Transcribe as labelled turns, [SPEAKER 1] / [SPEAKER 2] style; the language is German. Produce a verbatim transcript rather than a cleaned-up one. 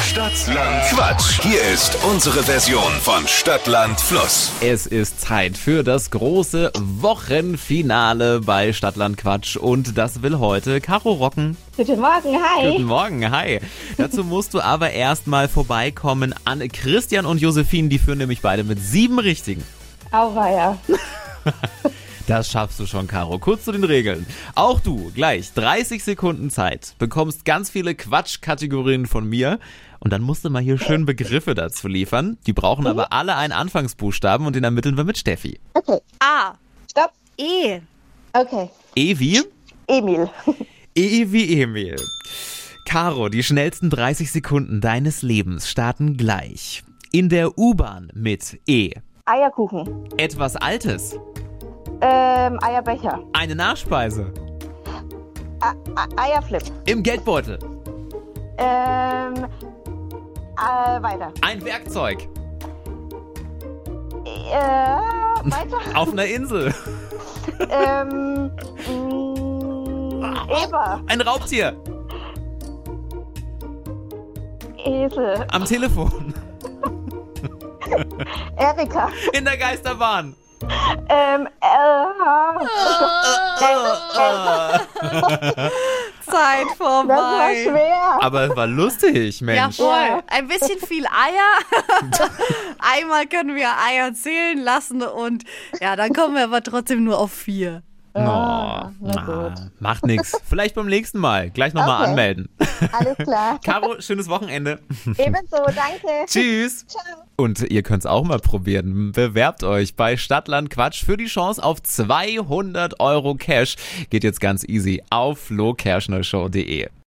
[SPEAKER 1] Stadtland Quatsch. Hier ist unsere Version von Stadtland Fluss.
[SPEAKER 2] Es ist Zeit für das große Wochenfinale bei Stadtland Quatsch und das will heute Caro rocken.
[SPEAKER 3] Guten Morgen, hi.
[SPEAKER 2] Guten Morgen, hi. Dazu musst du aber erstmal vorbeikommen an Christian und Josephine, die führen nämlich beide mit sieben Richtigen.
[SPEAKER 3] Auweia.
[SPEAKER 2] Das schaffst du schon, Caro. Kurz zu den Regeln. Auch du, gleich dreißig Sekunden Zeit, bekommst ganz viele Quatschkategorien von mir und dann musst du mal hier schön Begriffe dazu liefern. Die brauchen mhm. aber alle einen Anfangsbuchstaben und den ermitteln wir mit Steffi.
[SPEAKER 3] Okay.
[SPEAKER 4] A.
[SPEAKER 3] Stopp.
[SPEAKER 4] E.
[SPEAKER 3] Okay.
[SPEAKER 2] E wie?
[SPEAKER 3] Emil.
[SPEAKER 2] E wie Emil. Caro, die schnellsten dreißig Sekunden deines Lebens starten gleich. In der U-Bahn mit E.
[SPEAKER 3] Eierkuchen.
[SPEAKER 2] Etwas Altes.
[SPEAKER 3] Ähm, Eierbecher.
[SPEAKER 2] Eine Nachspeise.
[SPEAKER 3] A A Eierflip.
[SPEAKER 2] Im Geldbeutel.
[SPEAKER 3] Ähm, äh, weiter.
[SPEAKER 2] Ein Werkzeug.
[SPEAKER 3] Äh, weiter.
[SPEAKER 2] Auf einer Insel.
[SPEAKER 3] ähm, mh, Eber.
[SPEAKER 2] Ein Raubtier.
[SPEAKER 3] Esel.
[SPEAKER 2] Am Telefon.
[SPEAKER 3] Erika.
[SPEAKER 2] In der Geisterbahn.
[SPEAKER 3] Ähm, äh,
[SPEAKER 4] Zeit
[SPEAKER 3] das war
[SPEAKER 4] vorbei.
[SPEAKER 3] schwer.
[SPEAKER 2] Aber es war lustig, Mensch.
[SPEAKER 4] Ja, voll.
[SPEAKER 3] Ja.
[SPEAKER 4] Ein bisschen viel Eier. Einmal können wir Eier zählen lassen und ja, dann kommen wir aber trotzdem nur auf vier.
[SPEAKER 3] Ah,
[SPEAKER 2] Oh,
[SPEAKER 3] na
[SPEAKER 2] na,
[SPEAKER 3] gut.
[SPEAKER 2] macht nix. Vielleicht beim nächsten Mal. Gleich nochmal
[SPEAKER 3] Okay.
[SPEAKER 2] anmelden.
[SPEAKER 3] Alles klar.
[SPEAKER 2] Caro, schönes Wochenende.
[SPEAKER 3] Ebenso, danke.
[SPEAKER 2] Tschüss.
[SPEAKER 3] Ciao.
[SPEAKER 2] Und ihr könnt es auch mal probieren. Bewerbt euch bei Stadtland Quatsch für die Chance auf zweihundert Euro Cash. Geht jetzt ganz easy auf flo kerschner show punkt de.